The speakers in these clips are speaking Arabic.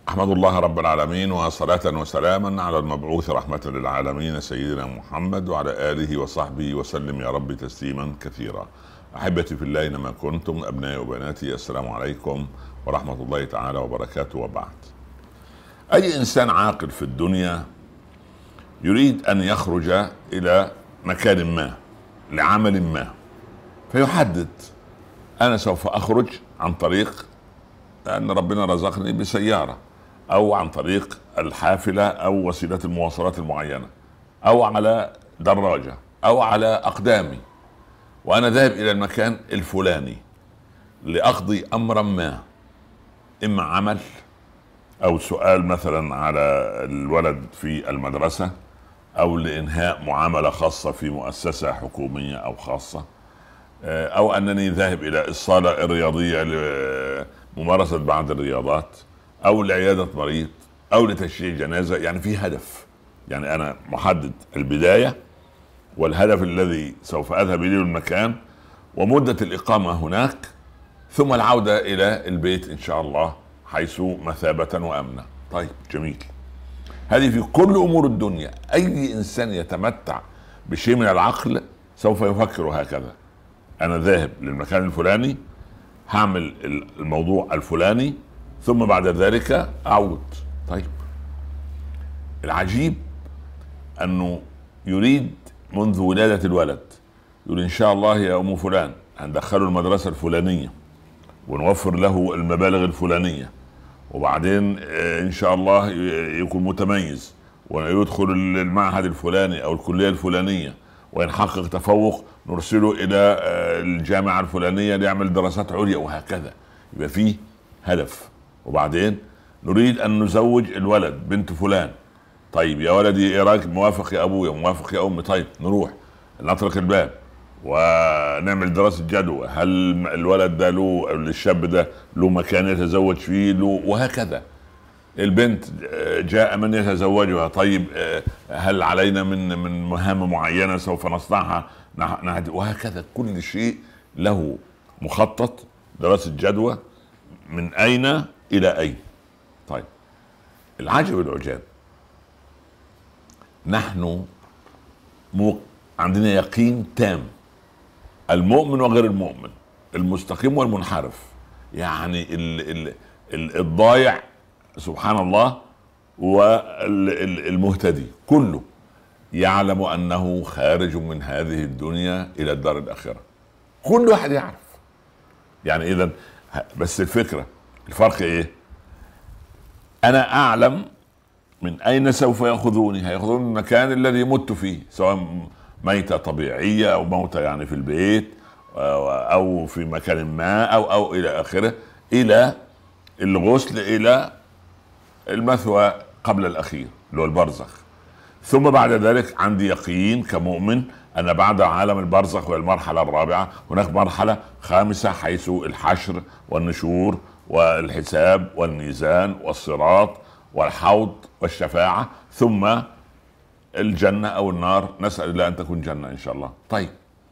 أحمد الله رب العالمين، وصلاة وسلاما على المبعوث رحمة للعالمين سيدنا محمد وعلى آله وصحبه وسلم يا رب تسليما كثيرا. أحبتي في الله أينما كنتم، أبنائي وبناتي، السلام عليكم ورحمة الله تعالى وبركاته. وبعد، أي إنسان عاقل في الدنيا يريد أن يخرج إلى مكان ما لعمل ما، فيحدد: أنا سوف أخرج عن طريق أن ربنا رزقني بسيارة، أو عن طريق الحافلة أو وسيلة المواصلات المعينة، أو على دراجة، أو على أقدامي، وأنا ذاهب إلى المكان الفلاني لأقضي أمرا ما، إما عمل أو سؤال مثلا على الولد في المدرسة، أو لإنهاء معاملة خاصة في مؤسسة حكومية أو خاصة، أو أنني ذاهب إلى الصالة الرياضية لممارسة بعض الرياضات، أو لعيادة مريض، أو لتشييع جنازة. يعني في هدف، يعني أنا محدد البداية والهدف الذي سوف أذهب إليه المكان، ومدة الإقامة هناك، ثم العودة إلى البيت إن شاء الله حيث مثابة وأمنة. طيب، جميل. هذه في كل أمور الدنيا. أي إنسان يتمتع بشيء من العقل سوف يفكر هكذا: أنا ذاهب للمكان الفلاني، هعمل الموضوع الفلاني، ثم بعد ذلك أعود. طيب، العجيب أنه يريد منذ ولادة الولد، يقول: إن شاء الله يا أم فلان هندخله المدرسة الفلانية ونوفر له المبالغ الفلانية، وبعدين إن شاء الله يكون متميز ويدخل المعهد الفلاني أو الكلية الفلانية، وإن حقق تفوق نرسله إلى الجامعة الفلانية ليعمل دراسات عليا، وهكذا. يبقى فيه هدف. وبعدين نريد أن نزوج الولد بنت فلان. طيب يا ولدي، إيه رأيك؟ موافق يا أبويا، موافق يا أمي. طيب نروح نطرق الباب ونعمل دراسة جدوى: هل الولد ده له، الشاب ده له مكان يتزوج فيه له، وهكذا. البنت جاء من يتزوجها، طيب هل علينا من مهام معينة سوف نصنعها، وهكذا. كل شيء له مخطط، دراسة جدوى، من أين إلى أين. طيب، العجب العجاب، نحن عندنا يقين تام، المؤمن وغير المؤمن، المستقيم والمنحرف، يعني الضايع سبحان الله والمهتدي، كله يعلم أنه خارج من هذه الدنيا إلى الدار الآخرة. كل واحد يعرف. يعني إذن، بس الفرق إيه؟ أنا أعلم من أين سوف يأخذوني. هيأخذون المكان الذي مت فيه، سواء ميتة طبيعية أو موتة يعني في البيت أو في مكان ما أو إلى آخره، إلى الغسل، إلى المثوى قبل الأخير اللي هو البرزخ. ثم بعد ذلك عندي يقين كمؤمن أن بعد عالم البرزخ والمرحلة الرابعة هناك مرحلة خامسة، حيث الحشر والنشور والحساب والميزان والصراط والحوض والشفاعة، ثم الجنة أو النار. نسأل الله أن تكون جنة إن شاء الله. طيب،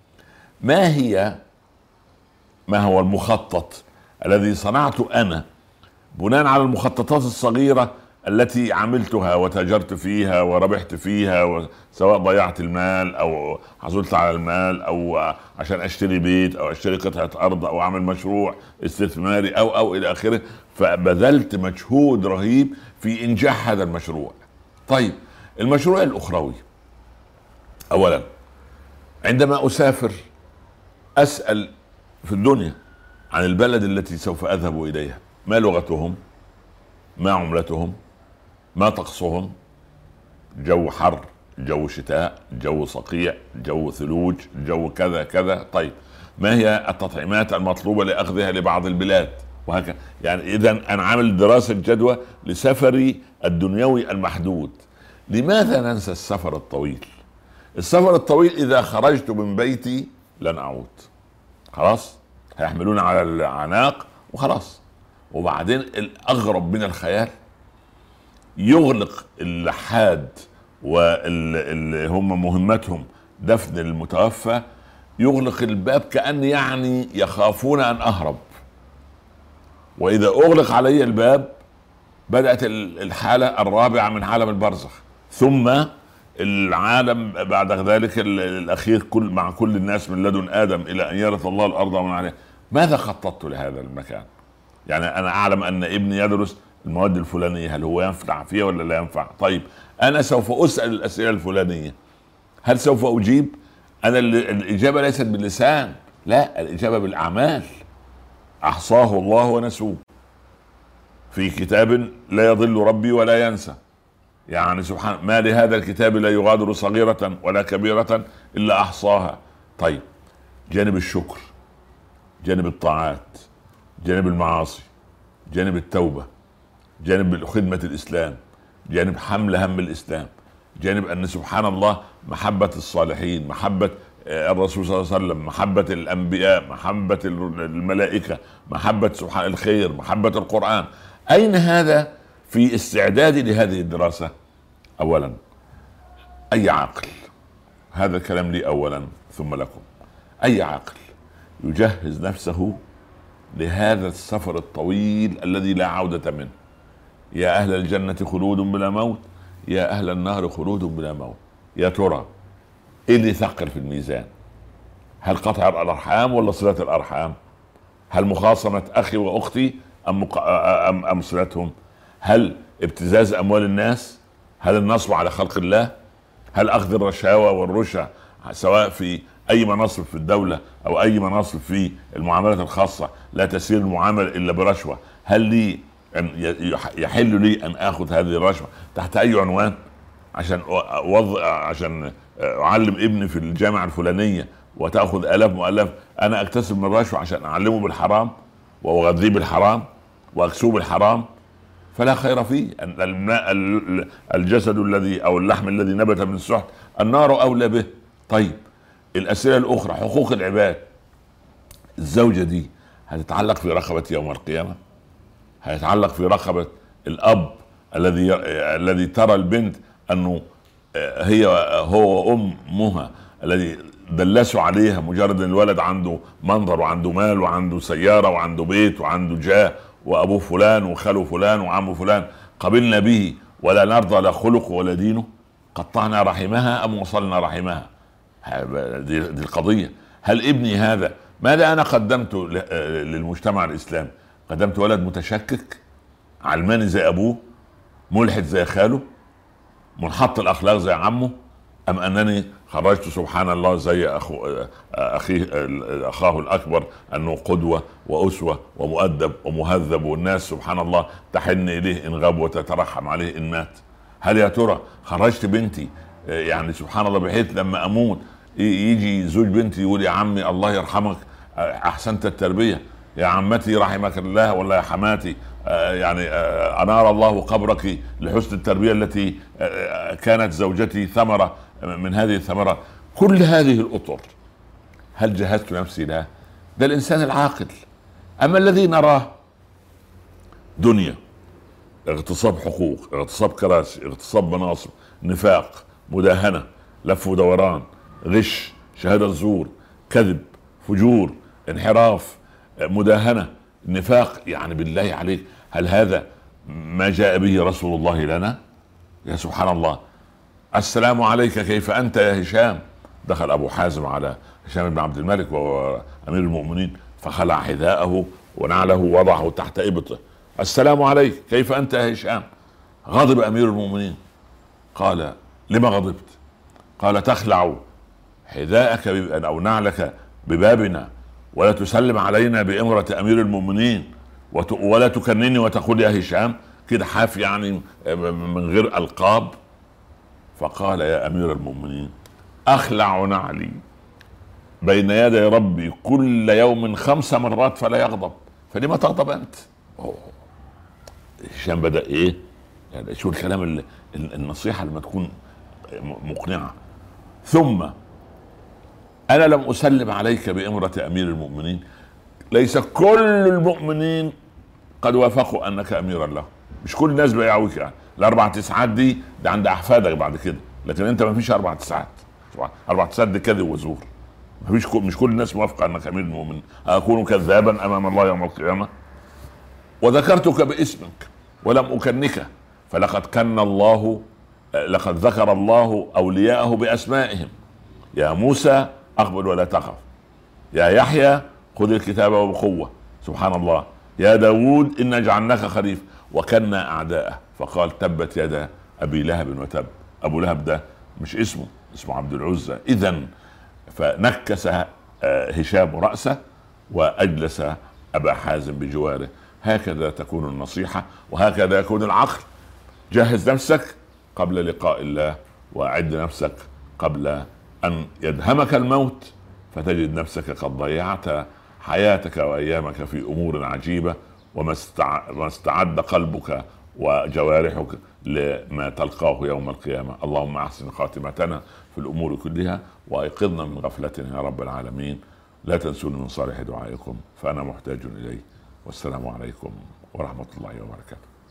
ما هو المخطط الذي صنعته أنا بناء على المخططات الصغيرة التي عملتها وتاجرت فيها وربحت فيها، سواء ضيعت المال أو حصلت على المال، أو عشان أشتري بيت أو أشتري قطعة أرض أو أعمل مشروع استثماري أو إلى آخره، فبذلت مجهود رهيب في إنجاح هذا المشروع. طيب، المشروع الأخروي، أولا عندما أسافر أسأل في الدنيا عن البلد التي سوف أذهب إليها: ما لغتهم، ما عملتهم، ما طقسهم، جو حر، جو شتاء، جو صقيع، جو ثلوج، جو كذا كذا. طيب، ما هي التطعيمات المطلوبة لأخذها لبعض البلاد، وهكذا. يعني إذن أنا عامل دراسة جدوى لسفري الدنيوي المحدود. لماذا ننسى السفر الطويل؟ السفر الطويل إذا خرجت من بيتي لن أعود، خلاص، هيحملون على الأعناق وخلاص. وبعدين الأغرب من الخيال، يغلق اللحاد واللي هم مهمتهم دفن المتوفى، يغلق الباب كأن يعني يخافون أن أهرب، وإذا أغلق علي الباب بدأت الحالة الرابعة من عالم البرزخ، ثم العالم بعد ذلك الأخير مع كل الناس من لدن آدم إلى أن يرث الله الأرض ومن عليها. ماذا خططت لهذا المكان؟ يعني أنا أعلم أن ابني يدرس المواد الفلانية، هل هو ينفع فيها ولا لا ينفع؟ طيب أنا سوف أسأل الأسئلة الفلانية، هل سوف أجيب؟ أنا الإجابة ليست باللسان، لا، الإجابة بالأعمال. أحصاه الله ونسوه في كتاب لا يضل ربي ولا ينسى. يعني سبحان ما لهذا الكتاب لا يغادر صغيرة ولا كبيرة إلا أحصاها. طيب جانب الشكر، جانب الطاعات، جانب المعاصي، جانب التوبة، جانب خدمة الإسلام، جانب حمل هم الإسلام، جانب أن سبحان الله محبة الصالحين، محبة الرسول صلى الله عليه وسلم، محبة الأنبياء، محبة الملائكة، محبة سبحان الخير، محبة القرآن. أين هذا في استعدادي لهذه الدراسة؟ أولا أي عاقل، هذا الكلام لي أولا ثم لكم، أي عاقل يجهز نفسه لهذا السفر الطويل الذي لا عودة منه. يا أهل الجنة خلود بلا موت، يا أهل النار خلود بلا موت. يا ترى إيه اللي يثقل في الميزان؟ هل قطع الأرحام ولا صلة الأرحام؟ هل مخاصمة أخي وأختي أم صلتهم؟ هل ابتزاز أموال الناس؟ هل النصب على خلق الله؟ هل أخذ الرشاوى والرشا سواء في أي مناصب في الدولة أو أي مناصب في المعاملات الخاصة لا تسير المعاملة إلا برشوة؟ هل لي أن يحل لي أن آخذ هذه الرشوة تحت أي عنوان؟ عشان أعلم ابني في الجامعة الفلانية وتأخذ آلاف مؤلاف، أنا أكتسب من الرشوة عشان أعلمه بالحرام وأغذيه بالحرام وأكسوه بالحرام؟ فلا خير فيه. الجسد الذي أو اللحم الذي نبت من السحت النار أولى به. طيب الأسئلة الأخرى، حقوق العباد، الزوجة دي هتتعلق في رقبة يوم القيامة؟ هيتعلق في رقبة الأب الذي ترى البنت أنه هو وأمها الذي دلسوا عليها مجرد ان الولد عنده منظر وعنده مال وعنده سيارة وعنده بيت وعنده جاه، وأبوه فلان وخاله فلان وعمه فلان، قبلنا به ولا نرضى لا خلق ولا دينه؟ قطعنا رحمها أم وصلنا رحمها؟ دي القضية. هل ابني هذا ماذا أنا قدمت للمجتمع الإسلامي؟ قدمت ولد متشكك، علماني زي أبوه، ملحد زي خاله، منحط الأخلاق زي عمه، أم أنني خرجت سبحان الله زي أخاه الأكبر أنه قدوة وأسوة ومؤدب ومهذب، والناس سبحان الله تحن إليه إن غاب وتترحم عليه إن مات؟ هل يا ترى خرجت بنتي يعني سبحان الله بحيث لما أموت يجي زوج بنتي يقول يا عمي الله يرحمك أحسنت التربية، يا عمتي رحمك الله، ولا يا حماتي يعني أنار الله قبرك لحسن التربية التي كانت زوجتي ثمرة من هذه الثمرات؟ كل هذه الأطر هل جهزت نفسي لها؟ ده الإنسان العاقل. أما الذي نراه دنيا، اغتصاب حقوق، اغتصاب كراسي، اغتصاب مناصب، نفاق، مداهنة، لف ودوران، غش، شهادة زور، كذب، فجور، انحراف، مداهنة، نفاق، يعني بالله عليك هل هذا ما جاء به رسول الله لنا؟ يا سبحان الله. السلام عليك كيف أنت يا هشام؟ دخل أبو حازم على هشام بن عبد الملك وهو أمير المؤمنين فخلع حذاءه ونعله ووضعه تحت إبطه. السلام عليك كيف أنت يا هشام؟ غضب أمير المؤمنين، قال لما غضبت؟ قال تخلع حذاءك أو نعلك ببابنا ولا تسلم علينا بإمرة أمير المؤمنين ولا تكنني وتقول يا هشام، كده حاف يعني من غير ألقاب. فقال يا أمير المؤمنين أخلع نعلي بين يدي ربي كل يوم 5 مرات فلا يغضب، فلما تغضب أنت؟ هشام بدأ إيه يعني، شو الكلام النصيحة لما تكون مقنعة. ثم أنا لم أسلم عليك بإمرة أمير المؤمنين، ليس كل المؤمنين قد وافقوا أنك أميرا له، مش كل الناس بيعوك يعني. ال4 تسعات دي عند أحفادك بعد كده، لكن أنت ما فيش 4 تسعات. 4 تسعات دي كذب وزور، مش كل الناس موافقة أنك أمير المؤمنين. أكون كذابا أمام الله يوم القيامة؟ وذكرتك باسمك ولم أكنك، فلقد كن الله، لقد ذكر الله أولياءه بأسمائهم. يا موسى أقبل ولا تخف، يا يحيى خذ الكتاب وبقوة، سبحان الله، يا داود إنا جعلناك خليفة، وكنا أعداءه فقال تبت يدا أبي لهب وتب. أبو لهب ده مش اسمه عبد العزى. إذا فنكس هشام رأسه وأجلس أبا حازم بجواره. هكذا تكون النصيحة، وهكذا يكون العقل. جهز نفسك قبل لقاء الله، وأعد نفسك قبل أن يدهمك الموت فتجد نفسك قد ضيعت حياتك وأيامك في أمور عجيبة، وما استعد قلبك وجوارحك لما تلقاه يوم القيامة. اللهم أحسن خاتمتنا في الأمور كلها، وأيقظنا من غفلتنا يا رب العالمين. لا تنسوني من صالح دعائكم فأنا محتاج إليه. والسلام عليكم ورحمة الله وبركاته.